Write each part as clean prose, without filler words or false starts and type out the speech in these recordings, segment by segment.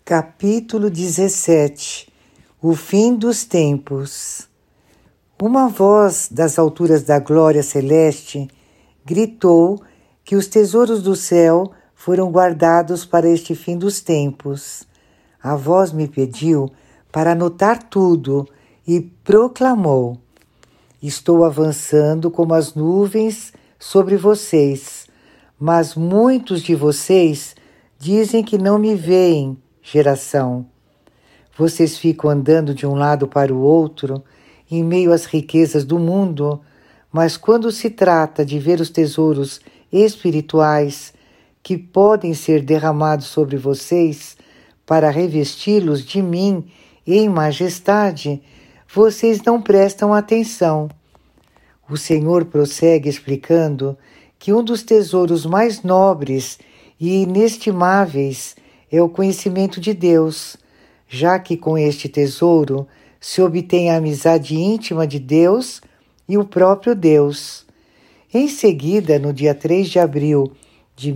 Capítulo 17. O fim dos tempos. Uma voz das alturas da glória celeste gritou que os tesouros do céu foram guardados para este fim dos tempos. A voz me pediu para anotar tudo e proclamou: estou avançando como as nuvens sobre vocês, mas muitos de vocês dizem que não me veem, geração. Vocês ficam andando de um lado para o outro, em meio às riquezas do mundo, mas quando se trata de ver os tesouros espirituais que podem ser derramados sobre vocês para revesti-los de mim em majestade, vocês não prestam atenção. O Senhor prossegue explicando que um dos tesouros mais nobres e inestimáveis é o conhecimento de Deus, já que com este tesouro se obtém a amizade íntima de Deus e o próprio Deus. Em seguida, no dia 3 de abril de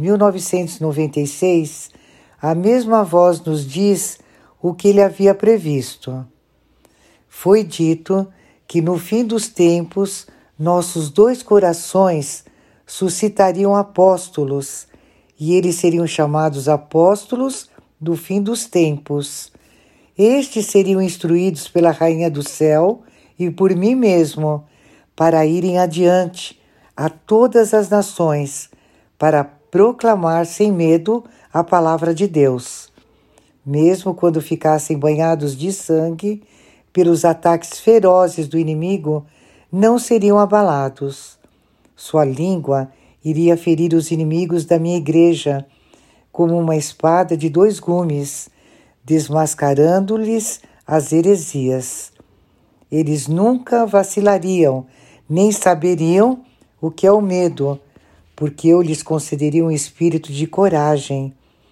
1996, a mesma voz nos diz o que ele havia previsto. Foi dito que no fim dos tempos nossos dois corações suscitariam apóstolos, e eles seriam chamados apóstolos do fim dos tempos. Estes seriam instruídos pela Rainha do Céu e por mim mesmo, para irem adiante a todas as nações, para proclamar sem medo a palavra de Deus. Mesmo quando ficassem banhados de sangue pelos ataques ferozes do inimigo, não seriam abalados. Sua língua iria ferir os inimigos da minha igreja, como uma espada de 2 gumes, desmascarando-lhes as heresias. Eles nunca vacilariam, nem saberiam o que é o medo, porque eu lhes concederia um espírito de coragem.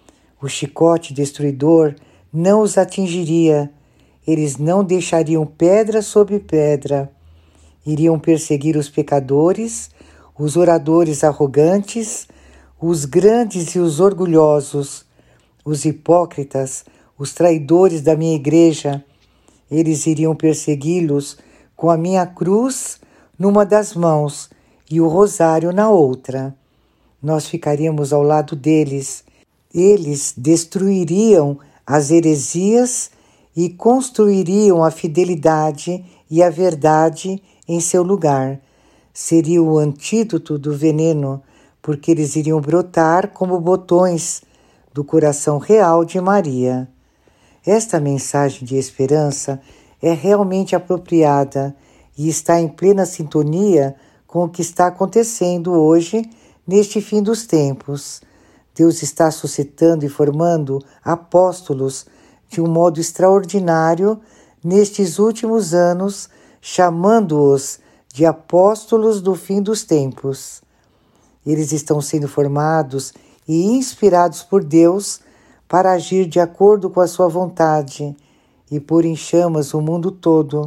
O chicote destruidor não os atingiria, eles não deixariam pedra sobre pedra. Iriam perseguir os pecadores, os oradores arrogantes, os grandes e os orgulhosos, os hipócritas, os traidores da minha igreja. Eles iriam persegui-los com a minha cruz numa das mãos e o rosário na outra. Nós ficaríamos ao lado deles. Eles destruiriam as heresias e construiriam a fidelidade e a verdade em seu lugar. Seria o antídoto do veneno, porque eles iriam brotar como botões do coração real de Maria. Esta mensagem de esperança é realmente apropriada e está em plena sintonia com o que está acontecendo hoje neste fim dos tempos. Deus está suscitando e formando apóstolos de um modo extraordinário nestes últimos anos, chamando-os de apóstolos do fim dos tempos. Eles estão sendo formados e inspirados por Deus para agir de acordo com a sua vontade e pôr em chamas o mundo todo,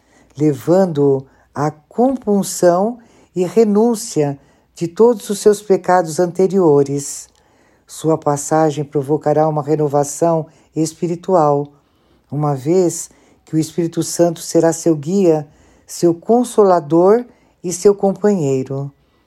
levando-o à compunção e renúncia de todos os seus pecados anteriores. Sua passagem provocará uma renovação espiritual, uma vez que o Espírito Santo será seu guia, seu consolador e seu companheiro.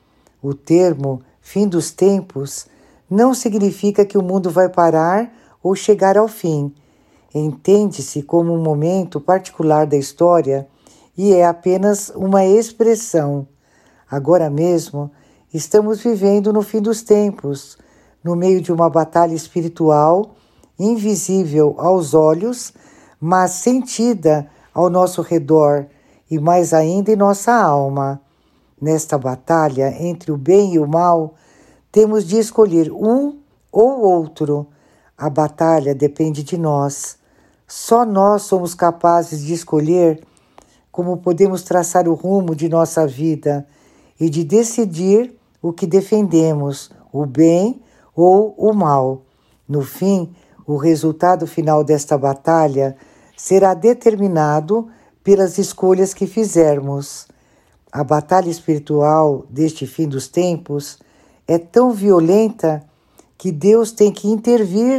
O termo fim dos tempos não significa que o mundo vai parar ou chegar ao fim. Entende-se como um momento particular da história e é apenas uma expressão. Agora mesmo, estamos vivendo no fim dos tempos, no meio de uma batalha espiritual, invisível aos olhos, mas sentida ao nosso redor e mais ainda em nossa alma. Nesta batalha entre o bem e o mal, temos de escolher um ou outro. A batalha depende de nós. Só nós somos capazes de escolher como podemos traçar o rumo de nossa vida e de decidir o que defendemos, o bem ou o mal. No fim, o resultado final desta batalha será determinado pelas escolhas que fizermos. A batalha espiritual deste fim dos tempos é tão violenta que Deus tem que intervir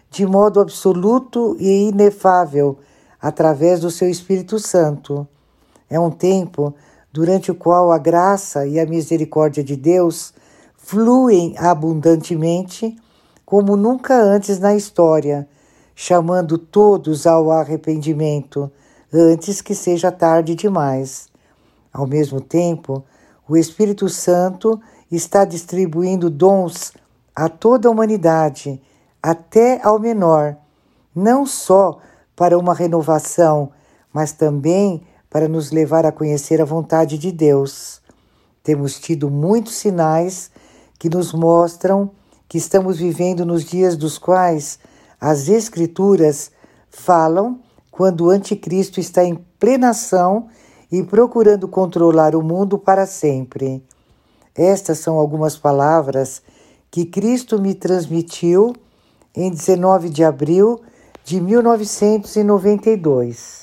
de modo absoluto e inefável, através do seu Espírito Santo. É um tempo durante o qual a graça e a misericórdia de Deus fluem abundantemente, como nunca antes na história, chamando todos ao arrependimento, antes que seja tarde demais. Ao mesmo tempo, o Espírito Santo está distribuindo dons a toda a humanidade, até ao menor, não só para uma renovação, mas também para nos levar a conhecer a vontade de Deus. Temos tido muitos sinais que nos mostram que estamos vivendo nos dias dos quais as Escrituras falam quando o Anticristo está em plena ação e procurando controlar o mundo para sempre. Estas são algumas palavras que Cristo me transmitiu em 19 de abril de 1992.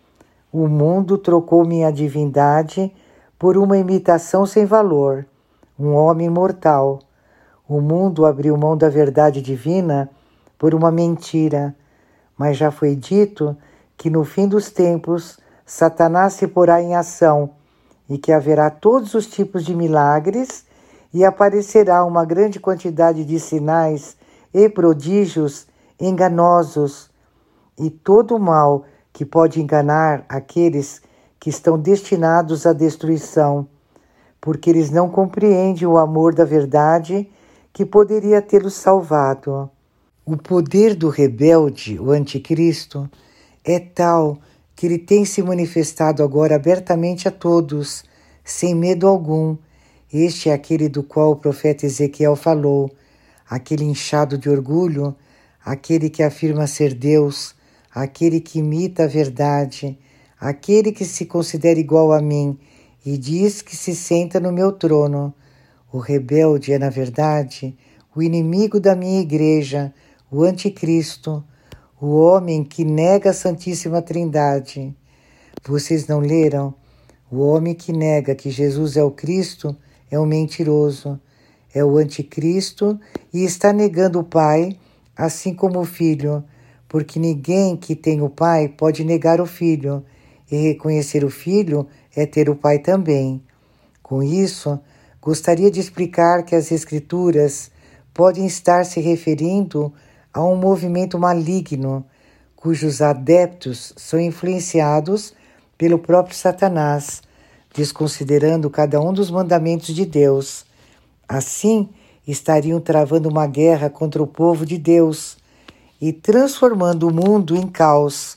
O mundo trocou minha divindade por uma imitação sem valor, um homem mortal. O mundo abriu mão da verdade divina por uma mentira, mas já foi dito que no fim dos tempos Satanás se porá em ação e que haverá todos os tipos de milagres e aparecerá uma grande quantidade de sinais e prodígios enganosos, e todo o mal que pode enganar aqueles que estão destinados à destruição, porque eles não compreendem o amor da verdade que poderia tê-los salvado. O poder do rebelde, o anticristo, é tal que ele tem se manifestado agora abertamente a todos, sem medo algum. Este é aquele do qual o profeta Ezequiel falou, aquele inchado de orgulho, aquele que afirma ser Deus, aquele que imita a verdade, aquele que se considera igual a mim e diz que se senta no meu trono. O rebelde é, na verdade, o inimigo da minha igreja, o anticristo, o homem que nega a Santíssima Trindade. Vocês não leram? O homem que nega que Jesus é o Cristo é um mentiroso, é o anticristo e está negando o Pai, assim como o Filho, porque ninguém que tem o Pai pode negar o Filho, e reconhecer o Filho é ter o Pai também. Com isso, gostaria de explicar que as Escrituras podem estar se referindo a um movimento maligno, cujos adeptos são influenciados pelo próprio Satanás, desconsiderando cada um dos mandamentos de Deus. Assim, estariam travando uma guerra contra o povo de Deus e transformando o mundo em caos.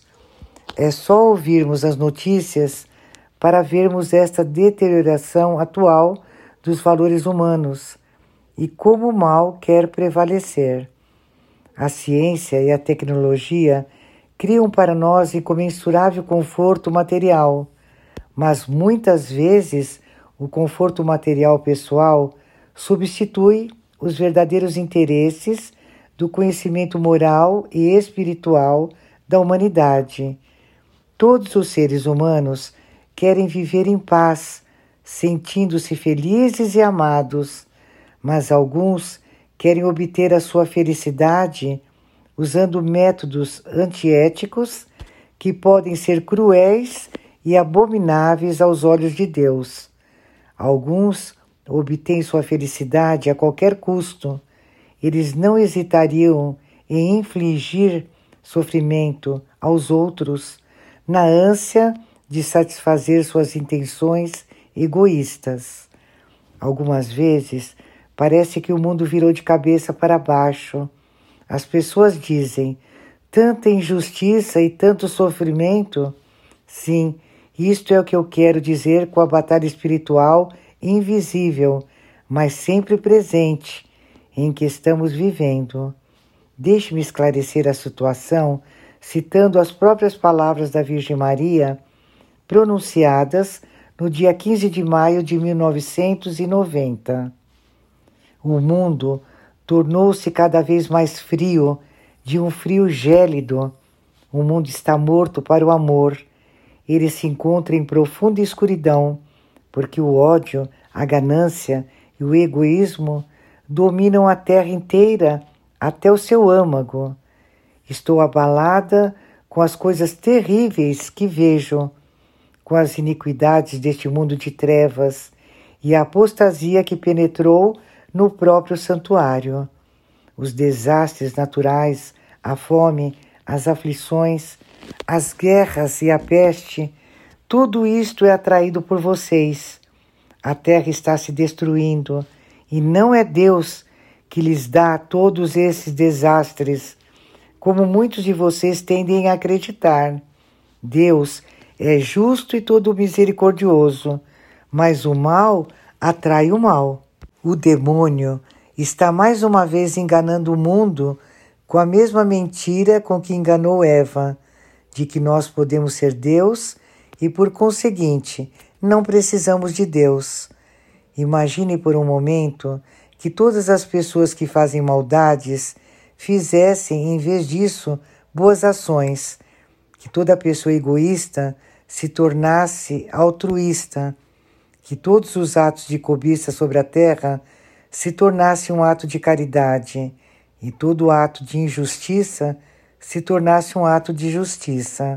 É só ouvirmos as notícias para vermos esta deterioração atual dos valores humanos e como o mal quer prevalecer. A ciência e a tecnologia criam para nós incomensurável conforto material, mas muitas vezes o conforto material pessoal substitui os verdadeiros interesses do conhecimento moral e espiritual da humanidade. Todos os seres humanos querem viver em paz, sentindo-se felizes e amados, mas alguns querem obter a sua felicidade usando métodos antiéticos que podem ser cruéis e abomináveis aos olhos de Deus. Alguns obtêm sua felicidade a qualquer custo. Eles não hesitariam em infligir sofrimento aos outros na ânsia de satisfazer suas intenções egoístas. Algumas vezes, parece que o mundo virou de cabeça para baixo. As pessoas dizem, tanta injustiça e tanto sofrimento. Sim, isto é o que eu quero dizer com a batalha espiritual invisível, mas sempre presente, em que estamos vivendo. Deixe-me esclarecer a situação citando as próprias palavras da Virgem Maria, pronunciadas no dia 15 de maio de 1990. O mundo tornou-se cada vez mais frio, de um frio gélido. O mundo está morto para o amor. Ele se encontra em profunda escuridão, porque o ódio, a ganância e o egoísmo dominam a terra inteira até o seu âmago. Estou abalada com as coisas terríveis que vejo, com as iniquidades deste mundo de trevas e a apostasia que penetrou no próprio santuário. Os desastres naturais, a fome, as aflições, as guerras e a peste, tudo isto é atraído por vocês. A terra está se destruindo e não é Deus que lhes dá todos esses desastres, como muitos de vocês tendem a acreditar. Deus é justo e todo misericordioso, mas o mal atrai o mal. O demônio está mais uma vez enganando o mundo com a mesma mentira com que enganou Eva, de que nós podemos ser Deus e, por conseguinte, não precisamos de Deus. Imagine por um momento que todas as pessoas que fazem maldades fizessem, em vez disso, boas ações, que toda pessoa egoísta se tornasse altruísta, que todos os atos de cobiça sobre a terra se tornasse um ato de caridade e todo ato de injustiça se tornasse um ato de justiça.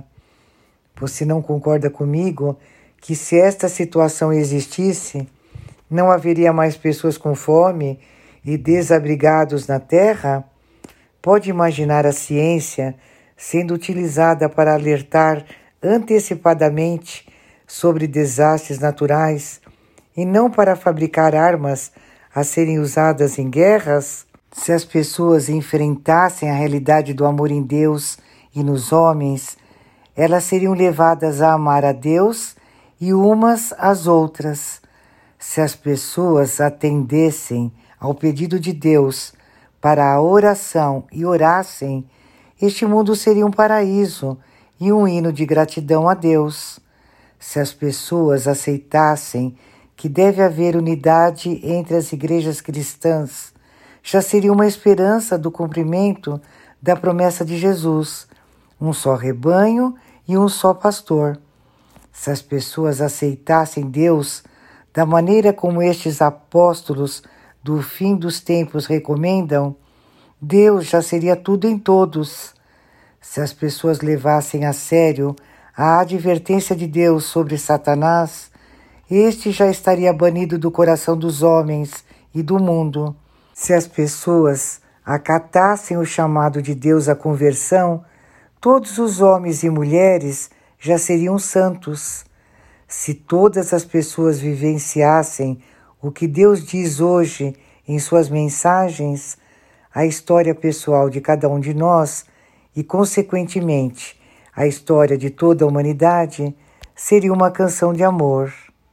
Você não concorda comigo que se esta situação existisse, não haveria mais pessoas com fome e desabrigados na terra? Pode imaginar a ciência sendo utilizada para alertar antecipadamente sobre desastres naturais e não para fabricar armas a serem usadas em guerras? Se as pessoas enfrentassem a realidade do amor em Deus e nos homens, elas seriam levadas a amar a Deus e umas às outras. Se as pessoas atendessem ao pedido de Deus para a oração e orassem, este mundo seria um paraíso e um hino de gratidão a Deus. Se as pessoas aceitassem que deve haver unidade entre as igrejas cristãs, já seria uma esperança do cumprimento da promessa de Jesus, um só rebanho e um só pastor. Se as pessoas aceitassem Deus da maneira como estes apóstolos do fim dos tempos recomendam, Deus já seria tudo em todos. Se as pessoas levassem a sério a advertência de Deus sobre Satanás, este já estaria banido do coração dos homens e do mundo. Se as pessoas acatassem o chamado de Deus à conversão, todos os homens e mulheres já seriam santos. Se todas as pessoas vivenciassem o que Deus diz hoje em suas mensagens, a história pessoal de cada um de nós e, consequentemente, a história de toda a humanidade seria uma canção de amor.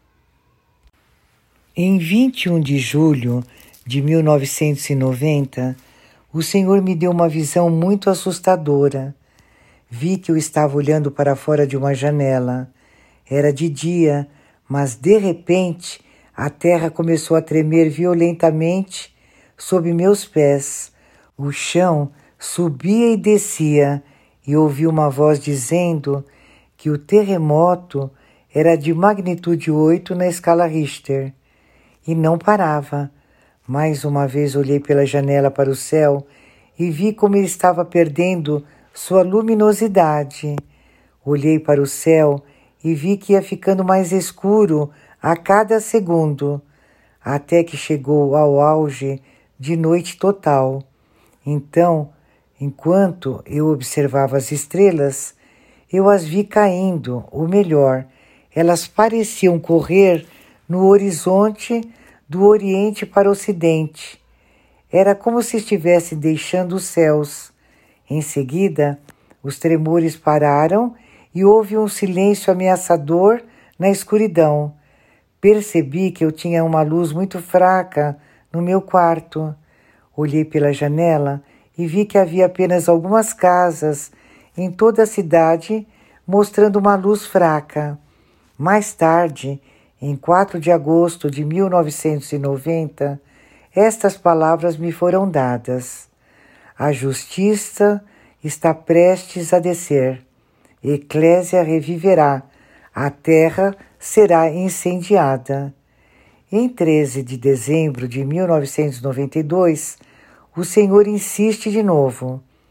Em 21 de julho de 1990, o Senhor me deu uma visão muito assustadora. Vi que eu estava olhando para fora de uma janela. Era de dia, mas de repente a terra começou a tremer violentamente sob meus pés. O chão subia e descia e ouvi uma voz dizendo que o terremoto era de magnitude 8 na escala Richter. E não parava. Mais uma vez olhei pela janela para o céu e vi como ele estava perdendo sua luminosidade. Olhei para o céu e vi que ia ficando mais escuro a cada segundo, até que chegou ao auge de noite total. Então, enquanto eu observava as estrelas, eu as vi caindo, ou melhor, elas pareciam correr no horizonte do Oriente para o Ocidente. Era como se estivesse deixando os céus. Em seguida, os tremores pararam e houve um silêncio ameaçador na escuridão. Percebi que eu tinha uma luz muito fraca no meu quarto. Olhei pela janela e vi que havia apenas algumas casas em toda a cidade mostrando uma luz fraca. Mais tarde, em 4 de agosto de 1990, estas palavras me foram dadas. A justiça está prestes a descer. Eclésia reviverá. A terra será incendiada. Em 13 de dezembro de 1992, o Senhor insiste de novo.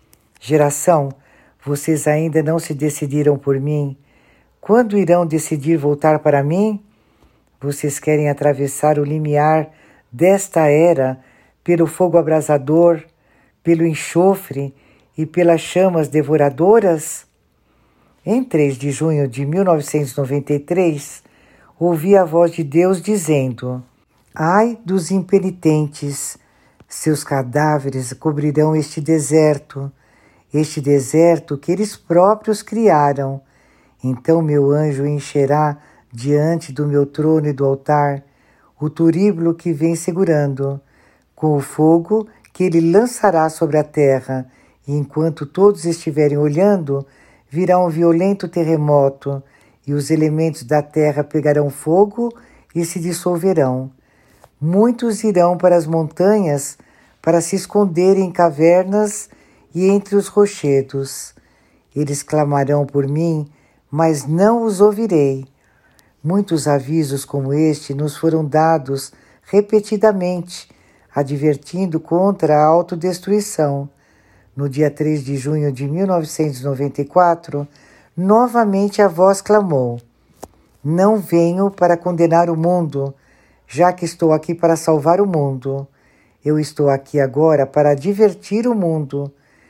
Geração, vocês ainda não se decidiram por mim? Quando irão decidir voltar para mim? Vocês querem atravessar o limiar desta era pelo fogo abrasador, pelo enxofre e pelas chamas devoradoras? Em 3 de junho de 1993, ouvi a voz de Deus dizendo: ai dos impenitentes, seus cadáveres cobrirão este deserto que eles próprios criaram. Então meu anjo encherá diante do meu trono e do altar o turíbulo que vem segurando, com o fogo que ele lançará sobre a terra, e enquanto todos estiverem olhando, virá um violento terremoto, e os elementos da terra pegarão fogo e se dissolverão. Muitos irão para as montanhas para se esconderem em cavernas e entre os rochedos. Eles clamarão por mim, mas não os ouvirei. Muitos avisos como este nos foram dados repetidamente, advertindo contra a autodestruição. No dia 3 de junho de 1994, novamente a voz clamou: não venho para condenar o mundo, já que estou aqui para salvar o mundo. Eu estou aqui agora para divertir o mundo.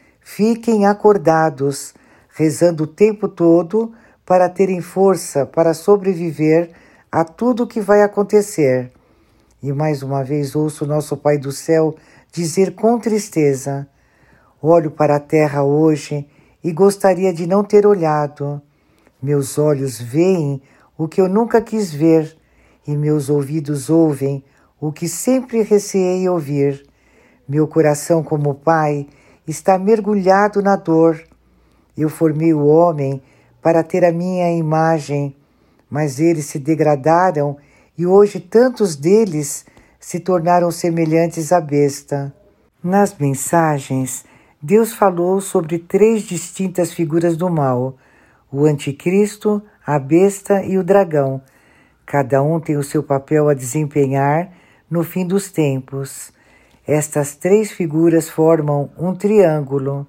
Fiquem acordados, rezando o tempo todo para terem força para sobreviver a tudo o que vai acontecer. E mais uma vez ouço nosso Pai do Céu dizer com tristeza: olho para a terra hoje e gostaria de não ter olhado. Meus olhos veem o que eu nunca quis ver, e meus ouvidos ouvem o que sempre receei ouvir. Meu coração, como pai, está mergulhado na dor. Eu formei o homem para ter a minha imagem, mas eles se degradaram e hoje tantos deles se tornaram semelhantes à besta. Nas mensagens, Deus falou sobre 3 distintas figuras do mal: o anticristo, a besta e o dragão. Cada um tem o seu papel a desempenhar no fim dos tempos. Estas 3 figuras formam um triângulo.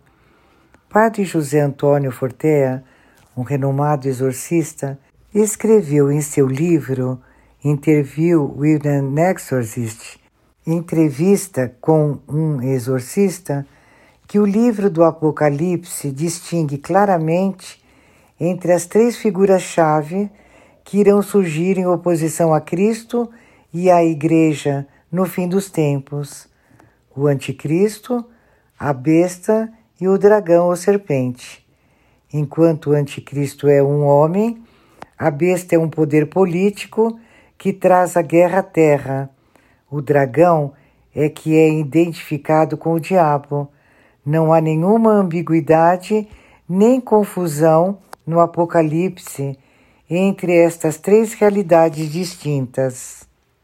Padre José Antônio Fortea, um renomado exorcista, escreveu em seu livro Interview with an Exorcist, Entrevista com um Exorcista, que o livro do Apocalipse distingue claramente entre as 3 figuras-chave que irão surgir em oposição a Cristo e à Igreja no fim dos tempos: o anticristo, a besta e o dragão ou serpente. Enquanto o anticristo é um homem, a besta é um poder político que traz a guerra à terra. O dragão é que é identificado com o diabo. Não há nenhuma ambiguidade nem confusão no Apocalipse entre estas 3 realidades distintas.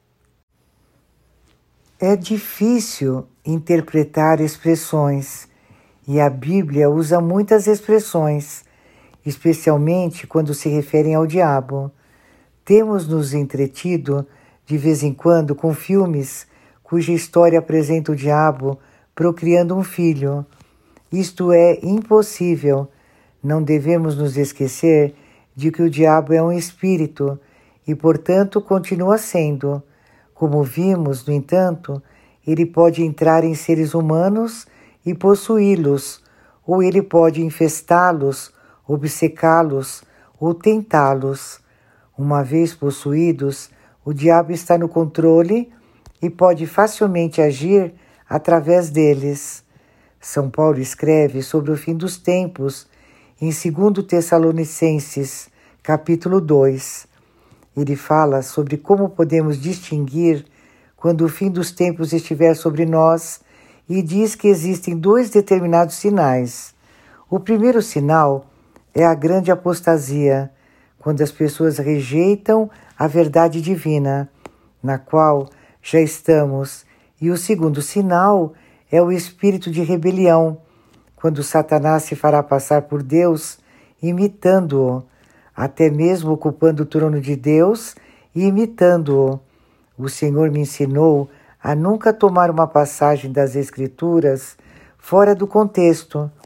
É difícil interpretar expressões, e a Bíblia usa muitas expressões, especialmente quando se referem ao diabo. Temos nos entretido, de vez em quando, com filmes cuja história apresenta o diabo procriando um filho. Isto é impossível. Não devemos nos esquecer de que o diabo é um espírito e, portanto, continua sendo. Como vimos, no entanto, ele pode entrar em seres humanos e possuí-los, ou ele pode infestá-los, obcecá-los ou tentá-los. Uma vez possuídos, o diabo está no controle e pode facilmente agir através deles. São Paulo escreve sobre o fim dos tempos em 2 Tessalonicenses, capítulo 2. Ele fala sobre como podemos distinguir quando o fim dos tempos estiver sobre nós e diz que existem 2 determinados sinais. O primeiro sinal é a grande apostasia, quando as pessoas rejeitam a verdade divina, na qual já estamos. E o segundo sinal é o espírito de rebelião, quando Satanás se fará passar por Deus, imitando-o, até mesmo ocupando o trono de Deus e imitando-o. O Senhor me ensinou a nunca tomar uma passagem das Escrituras fora do contexto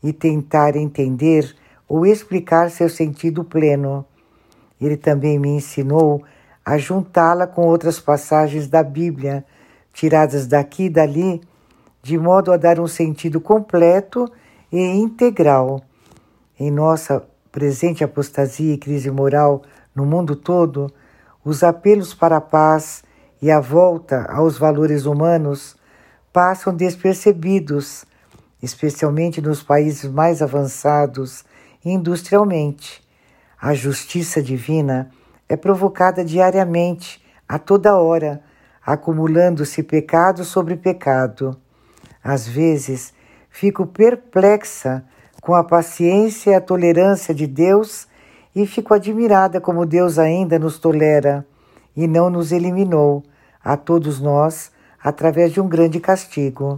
e tentar entender ou explicar seu sentido pleno. Ele também me ensinou a juntá-la com outras passagens da Bíblia, tiradas daqui e dali, de modo a dar um sentido completo e integral. Em nossa presente apostasia e crise moral no mundo todo, os apelos para a paz e a volta aos valores humanos passam despercebidos, especialmente nos países mais avançados industrialmente. A justiça divina é provocada diariamente, a toda hora, acumulando-se pecado sobre pecado. Às vezes, fico perplexa com a paciência e a tolerância de Deus e fico admirada como Deus ainda nos tolera e não nos eliminou, a todos nós, através de um grande castigo.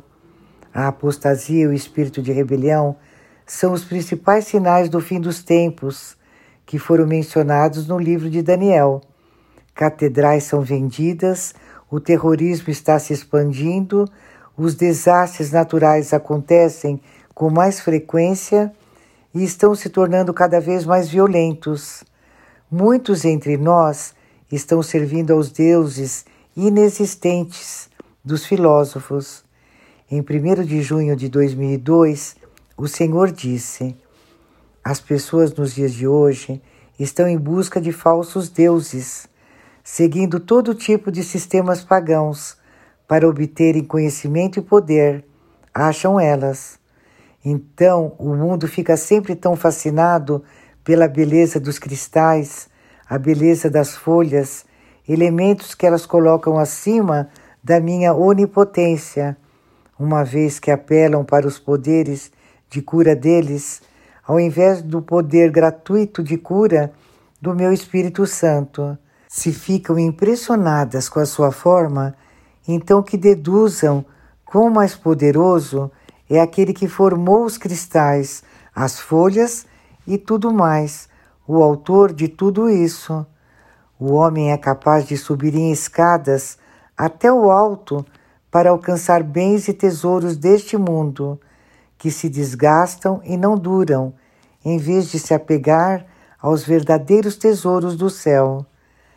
A apostasia e o espírito de rebelião são os principais sinais do fim dos tempos, que foram mencionados no livro de Daniel. Catedrais são vendidas, o terrorismo está se expandindo, os desastres naturais acontecem com mais frequência e estão se tornando cada vez mais violentos. Muitos entre nós estão servindo aos deuses inexistentes dos filósofos. Em 1º de junho de 2002, o Senhor disse: as pessoas nos dias de hoje estão em busca de falsos deuses, seguindo todo tipo de sistemas pagãos para obterem conhecimento e poder, acham elas. Então, o mundo fica sempre tão fascinado pela beleza dos cristais, a beleza das folhas, elementos que elas colocam acima da minha onipotência, uma vez que apelam para os poderes de cura deles, ao invés do poder gratuito de cura do meu Espírito Santo. Se ficam impressionadas com a sua forma, então que deduzam quão mais poderoso é aquele que formou os cristais, as folhas e tudo mais, o autor de tudo isso. O homem é capaz de subir em escadas até o alto para alcançar bens e tesouros deste mundo, que se desgastam e não duram, em vez de se apegar aos verdadeiros tesouros do céu.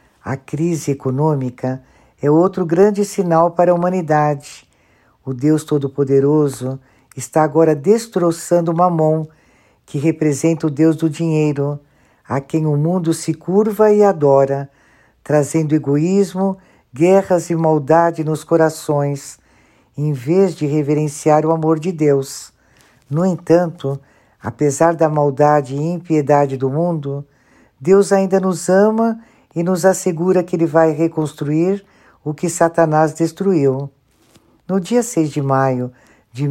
A crise econômica é outro grande sinal para a humanidade. O Deus Todo-Poderoso está agora destroçando Mamon, que representa o Deus do dinheiro, a quem o mundo se curva e adora, trazendo egoísmo, guerras e maldade nos corações, em vez de reverenciar o amor de Deus. No entanto, apesar da maldade e impiedade do mundo, Deus ainda nos ama e nos assegura que Ele vai reconstruir o que Satanás destruiu. No dia 6 de maio de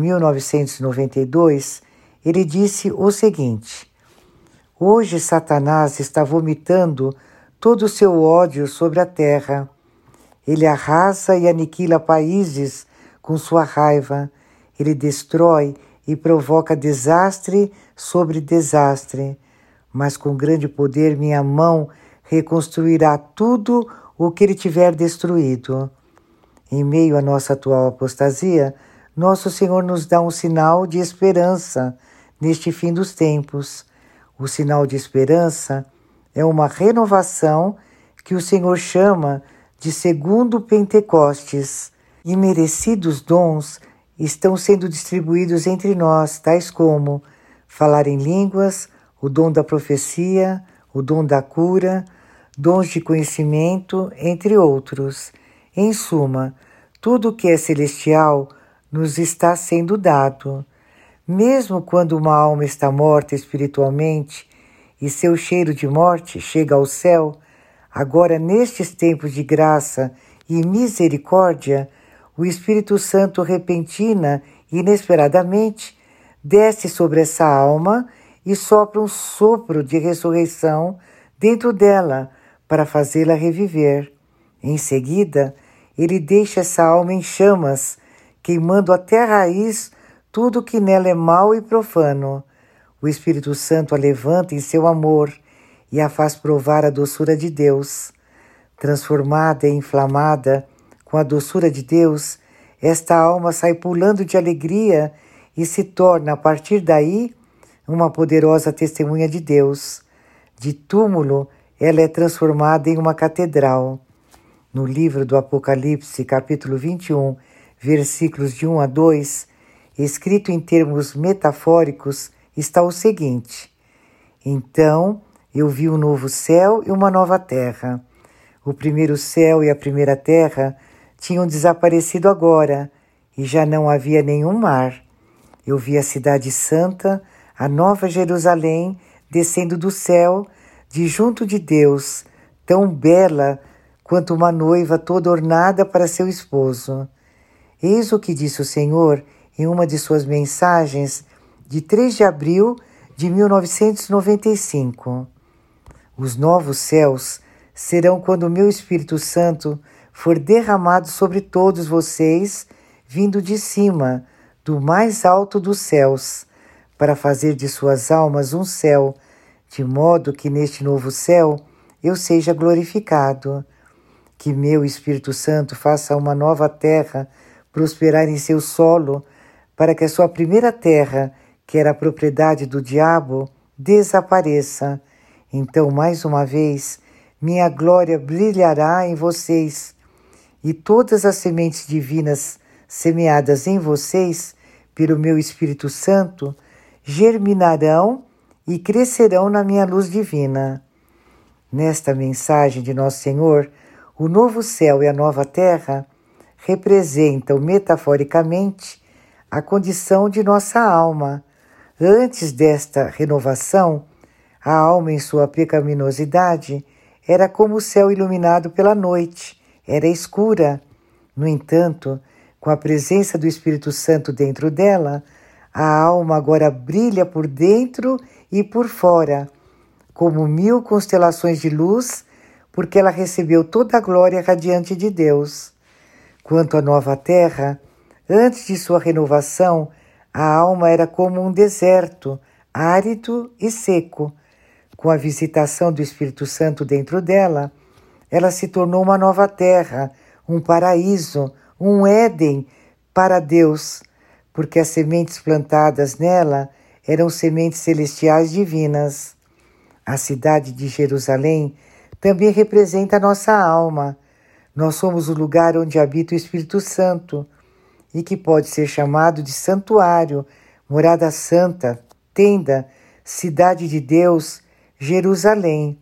1992, ele disse o seguinte: hoje Satanás está vomitando todo o seu ódio sobre a terra. Ele arrasa e aniquila países com sua raiva. Ele destrói e provoca desastre sobre desastre. Mas com grande poder minha mão reconstruirá tudo o que ele tiver destruído. Em meio à nossa atual apostasia, nosso Senhor nos dá um sinal de esperança neste fim dos tempos. O sinal de esperança é uma renovação que o Senhor chama de segundo Pentecostes. Imerecidos dons estão sendo distribuídos entre nós, tais como falar em línguas, o dom da profecia, o dom da cura, dons de conhecimento, entre outros. Em suma, tudo o que é celestial nos está sendo dado. Mesmo quando uma alma está morta espiritualmente e seu cheiro de morte chega ao céu, agora nestes tempos de graça e misericórdia, o Espírito Santo repentina e inesperadamente desce sobre essa alma e sopra um sopro de ressurreição dentro dela para fazê-la reviver. Em seguida, ele deixa essa alma em chamas, queimando até a raiz tudo que nela é mau e profano. O Espírito Santo a levanta em seu amor e a faz provar a doçura de Deus. Transformada e inflamada com a doçura de Deus, esta alma sai pulando de alegria e se torna, a partir daí, uma poderosa testemunha de Deus. De túmulo, ela é transformada em uma catedral. No livro do Apocalipse, capítulo 21, versículos de 1 a 2, escrito em termos metafóricos, está o seguinte: Então eu vi um novo céu e uma nova terra. O primeiro céu e a primeira terra tinham desaparecido agora, e já não havia nenhum mar. Eu vi a cidade santa, a nova Jerusalém, descendo do céu, de junto de Deus, tão bela quanto uma noiva toda ornada para seu esposo. Eis o que disse o Senhor em uma de suas mensagens de 3 de abril de 1995. Os novos céus serão quando o meu Espírito Santo for derramado sobre todos vocês, vindo de cima, do mais alto dos céus, para fazer de suas almas um céu, de modo que neste novo céu eu seja glorificado. Que meu Espírito Santo faça uma nova terra prosperar em seu solo, para que a sua primeira terra, que era a propriedade do diabo, desapareça. Então, mais uma vez, minha glória brilhará em vocês, e todas as sementes divinas semeadas em vocês pelo meu Espírito Santo germinarão e crescerão na minha luz divina. Nesta mensagem de Nosso Senhor, o novo céu e a nova terra representam metaforicamente a condição de nossa alma. Antes desta renovação, a alma em sua pecaminosidade era como o céu iluminado pela noite, era escura. No entanto, com a presença do Espírito Santo dentro dela, a alma agora brilha por dentro e por fora, como 1000 constelações de luz, porque ela recebeu toda a glória radiante de Deus. Quanto à nova terra, antes de sua renovação, a alma era como um deserto, árido e seco. Com a visitação do Espírito Santo dentro dela, ela se tornou uma nova terra, um paraíso, um Éden para Deus, porque as sementes plantadas nela eram sementes celestiais divinas. A cidade de Jerusalém também representa a nossa alma. Nós somos o lugar onde habita o Espírito Santo e que pode ser chamado de santuário, morada santa, tenda, cidade de Deus, Jerusalém.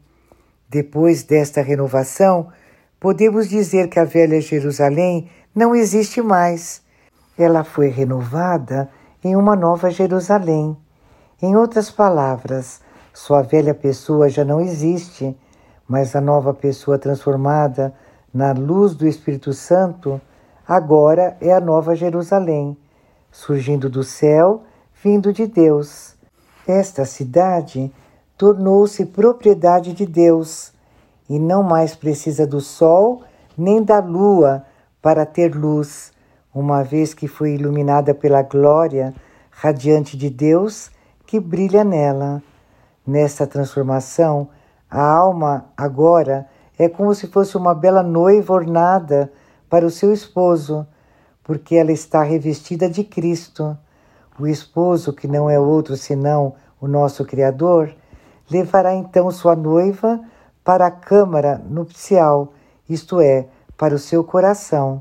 Depois desta renovação, podemos dizer que a velha Jerusalém não existe mais. Ela foi renovada em uma nova Jerusalém. Em outras palavras, sua velha pessoa já não existe, mas a nova pessoa transformada na luz do Espírito Santo agora é a nova Jerusalém, surgindo do céu, vindo de Deus. Esta cidade tornou-se propriedade de Deus e não mais precisa do sol nem da lua para ter luz, uma vez que foi iluminada pela glória radiante de Deus que brilha nela. Nesta transformação, a alma agora é como se fosse uma bela noiva ornada para o seu esposo, porque ela está revestida de Cristo. O esposo, que não é outro senão o nosso Criador, levará então sua noiva para a câmara nupcial, isto é, para o seu coração.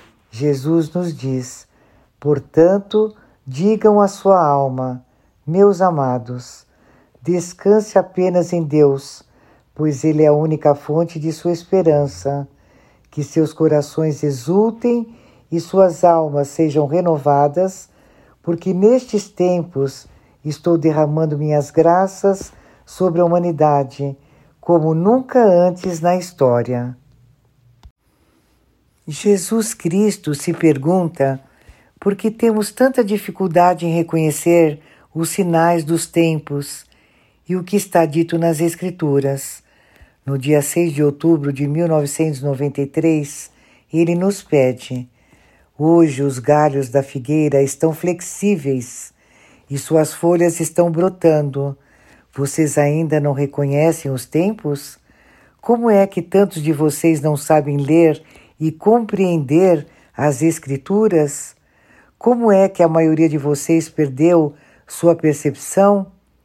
Jesus nos diz: portanto, digam à sua alma, meus amados, descanse apenas em Deus, pois Ele é a única fonte de sua esperança. Que seus corações exultem e suas almas sejam renovadas, porque nestes tempos estou derramando minhas graças sobre a humanidade, como nunca antes na história. Jesus Cristo se pergunta por que temos tanta dificuldade em reconhecer os sinais dos tempos e o que está dito nas Escrituras. No dia 6 de outubro de 1993, ele nos pede: hoje os galhos da figueira estão flexíveis e suas folhas estão brotando. Vocês ainda não reconhecem os tempos? Como é que tantos de vocês não sabem ler e compreender as Escrituras? Como é que a maioria de vocês perdeu sua percepção?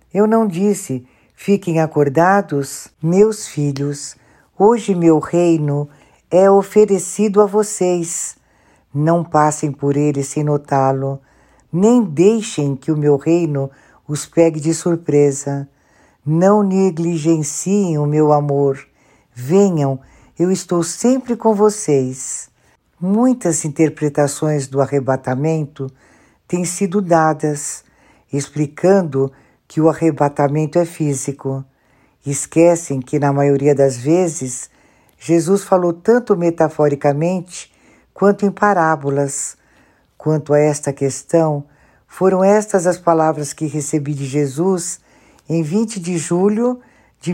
Eu não disse: fiquem acordados, meus filhos, hoje meu reino é oferecido a vocês. Não passem por ele sem notá-lo, nem deixem que o meu reino os pegue de surpresa. Não negligenciem o meu amor. Venham, eu estou sempre com vocês. Muitas interpretações do arrebatamento têm sido dadas, explicando que o arrebatamento é físico. Esquecem que, na maioria das vezes, Jesus falou tanto metaforicamente quanto em parábolas. Quanto a esta questão, foram estas as palavras que recebi de Jesus em 20 de julho de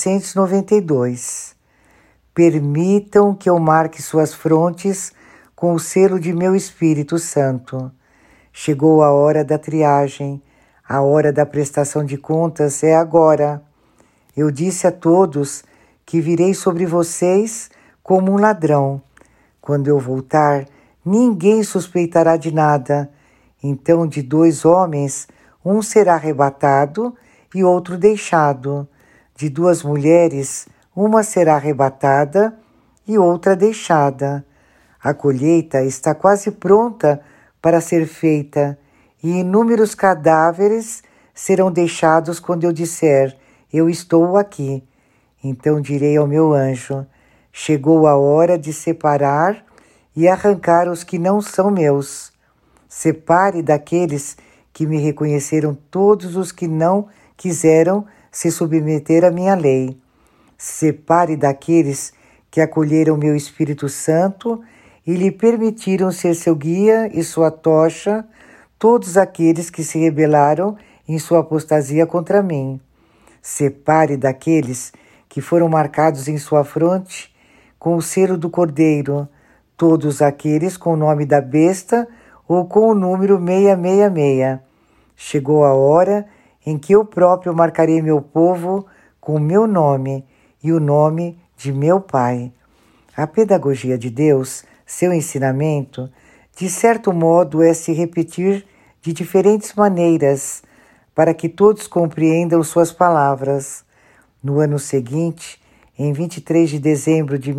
1992. Permitam que eu marque suas frontes com o selo de meu Espírito Santo. Chegou a hora da triagem, a hora da prestação de contas é agora. Eu disse a todos que virei sobre vocês como um ladrão. Quando eu voltar, ninguém suspeitará de nada. Então, de 2 homens, um será arrebatado e outro deixado. De 2 mulheres, uma será arrebatada e outra deixada. A colheita está quase pronta para ser feita, e inúmeros cadáveres serão deixados quando eu disser: eu estou aqui. Então direi ao meu anjo: chegou a hora de separar e arrancar os que não são meus. Separe daqueles que me reconheceram todos os que não quiseram se submeter à minha lei. Separe daqueles que acolheram meu Espírito Santo e lhe permitiram ser seu guia e sua tocha, todos aqueles que se rebelaram em sua apostasia contra mim. Separe daqueles que foram marcados em sua fronte com o selo do Cordeiro, todos aqueles com o nome da besta ou com o número 666. Chegou a hora em que eu próprio marcarei meu povo com o meu nome e o nome de meu Pai. A pedagogia de Deus, seu ensinamento, de certo modo é se repetir de diferentes maneiras, para que todos compreendam suas palavras. No ano seguinte, em 23 de dezembro de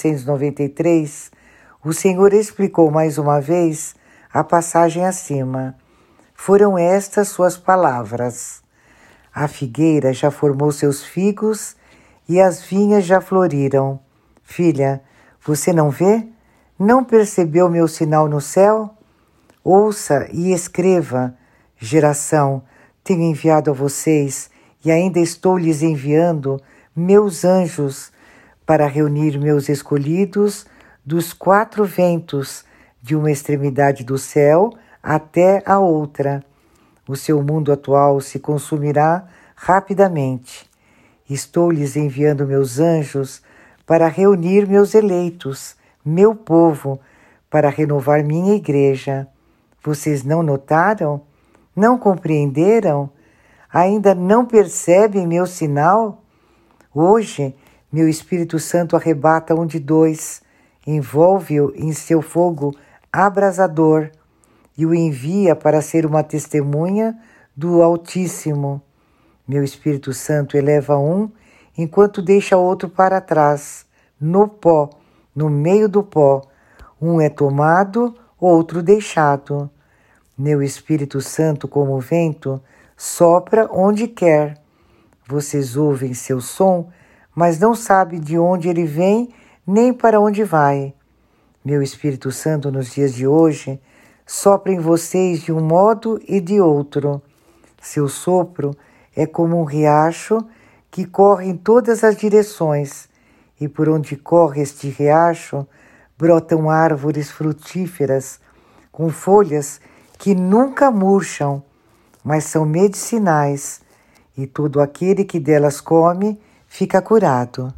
1993, o Senhor explicou mais uma vez a passagem acima. Foram estas suas palavras: a figueira já formou seus figos e as vinhas já floriram. Filha, você não vê? Não percebeu meu sinal no céu? Ouça e escreva: geração, tenho enviado a vocês e ainda estou lhes enviando meus anjos para reunir meus escolhidos dos 4 ventos, de uma extremidade do céu até a outra. O seu mundo atual se consumirá rapidamente. Estou lhes enviando meus anjos para reunir meus eleitos, meu povo, para renovar minha igreja. Vocês não notaram? Não compreenderam? Ainda não percebem meu sinal? Hoje, meu Espírito Santo arrebata um de 2, envolve-o em seu fogo abrasador e o envia para ser uma testemunha do Altíssimo. Meu Espírito Santo eleva um, enquanto deixa outro para trás, no pó, no meio do pó. Um é tomado, outro deixado. Meu Espírito Santo, como vento, sopra onde quer. Vocês ouvem seu som, mas não sabem de onde ele vem nem para onde vai. Meu Espírito Santo, nos dias de hoje, sopra em vocês de um modo e de outro. Seu sopro é como um riacho que corre em todas as direções, e por onde corre este riacho brotam árvores frutíferas com folhas que nunca murcham, mas são medicinais, e todo aquele que delas come fica curado.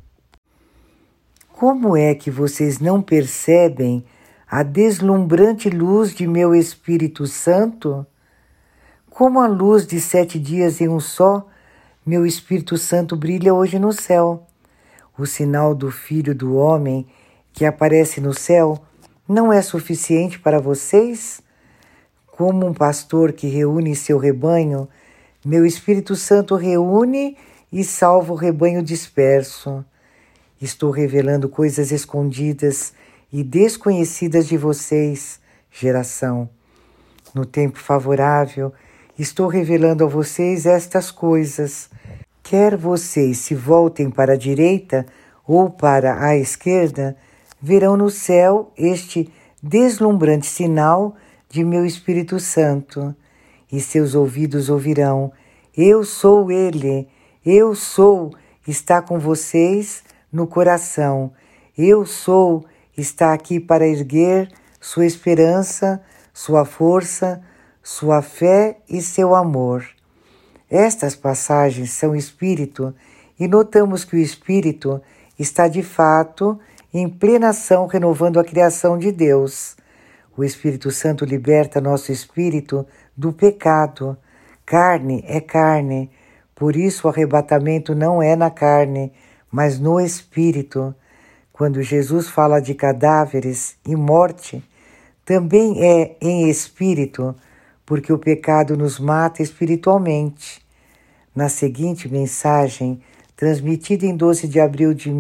Como é que vocês não percebem a deslumbrante luz de meu Espírito Santo? Como a luz de 7 dias em um só, meu Espírito Santo brilha hoje no céu. O sinal do Filho do Homem que aparece no céu não é suficiente para vocês? Como um pastor que reúne seu rebanho Meu Espírito Santo reúne e salva o rebanho disperso. Estou revelando coisas escondidas e desconhecidas de vocês, geração. No tempo favorável, estou revelando a vocês estas coisas. Quer vocês se voltem para a direita ou para a esquerda, verão no céu este deslumbrante sinal de meu Espírito Santo, e seus ouvidos ouvirão: eu sou Ele, eu sou, está com vocês no coração, eu sou, está aqui para erguer sua esperança, sua força, sua fé e seu amor. Estas passagens são Espírito, e notamos que o Espírito está de fato em plena ação renovando a criação de Deus. O Espírito Santo liberta nosso espírito do pecado. Carne é carne, por isso o arrebatamento não é na carne, mas no espírito. Quando Jesus fala de cadáveres e morte, também é em espírito, porque o pecado nos mata espiritualmente. Na seguinte mensagem, transmitida em 12 de abril de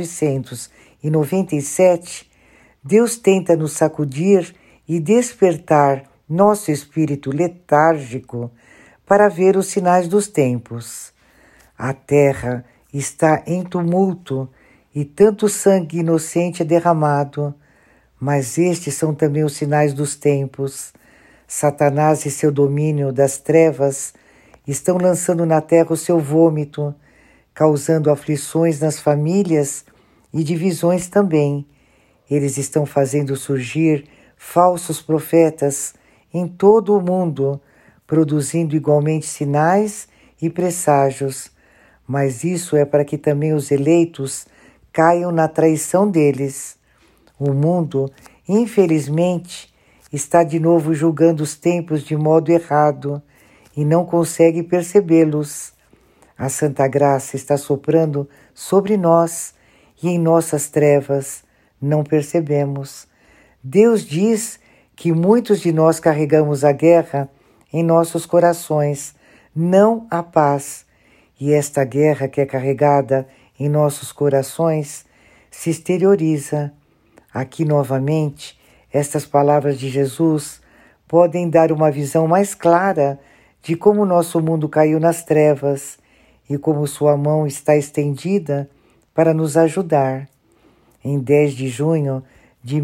1997, Deus tenta nos sacudir e despertar nosso espírito letárgico para ver os sinais dos tempos. A terra está em tumulto e tanto sangue inocente é derramado, mas estes são também os sinais dos tempos. Satanás e seu domínio das trevas estão lançando na terra o seu vômito, causando aflições nas famílias e divisões também. Eles estão fazendo surgir falsos profetas em todo o mundo, produzindo igualmente sinais e presságios, mas isso é para que também os eleitos caiam na traição deles. O mundo, infelizmente, está de novo julgando os tempos de modo errado e não consegue percebê-los. A Santa Graça está soprando sobre nós e em nossas trevas não percebemos. Deus diz que muitos de nós carregamos a guerra em nossos corações, não a paz. E esta guerra que é carregada em nossos corações se exterioriza. Aqui novamente, estas palavras de Jesus podem dar uma visão mais clara de como nosso mundo caiu nas trevas e como sua mão está estendida para nos ajudar. Em 10 de junho de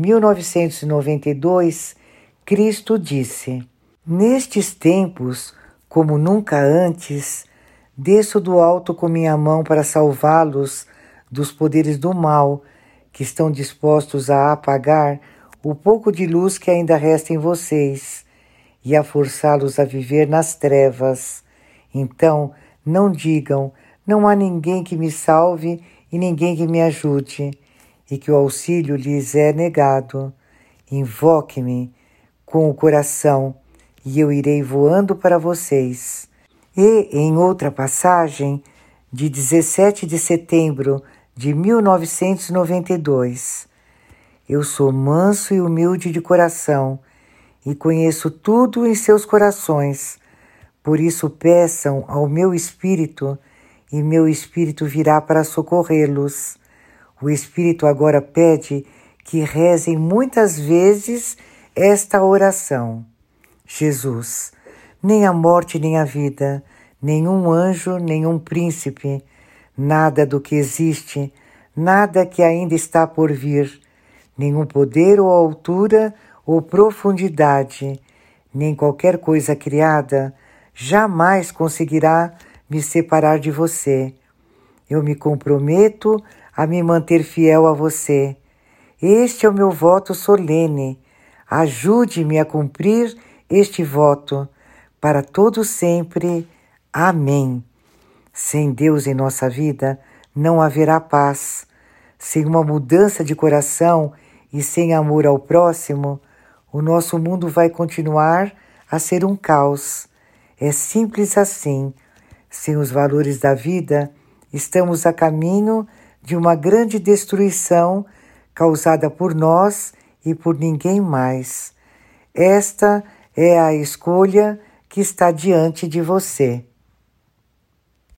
1992, Cristo disse: nestes tempos, como nunca antes, desço do alto com minha mão para salvá-los dos poderes do mal, que estão dispostos a apagar o pouco de luz que ainda resta em vocês e a forçá-los a viver nas trevas. Então, não digam: não há ninguém que me salve e ninguém que me ajude, e que o auxílio lhes é negado. Invoque-me com o coração, e eu irei voando para vocês. E, em outra passagem, de 17 de setembro de 1992, eu sou manso e humilde de coração, e conheço tudo em seus corações. Por isso peçam ao meu Espírito, e meu Espírito virá para socorrê-los. O Espírito agora pede que rezem muitas vezes esta oração. Jesus, nem a morte nem a vida, nenhum anjo, nenhum príncipe, nada do que existe, nada que ainda está por vir, nenhum poder ou altura ou profundidade, nem qualquer coisa criada, jamais conseguirá me separar de você. Eu me comprometo a me manter fiel a você. Este é o meu voto solene. Ajude-me a cumprir este voto para todo sempre. Amém. Sem Deus em nossa vida não haverá paz. Sem uma mudança de coração e sem amor ao próximo, o nosso mundo vai continuar a ser um caos. É simples assim. Sem os valores da vida, estamos a caminho de uma grande destruição causada por nós e por ninguém mais. Esta é a escolha que está diante de você.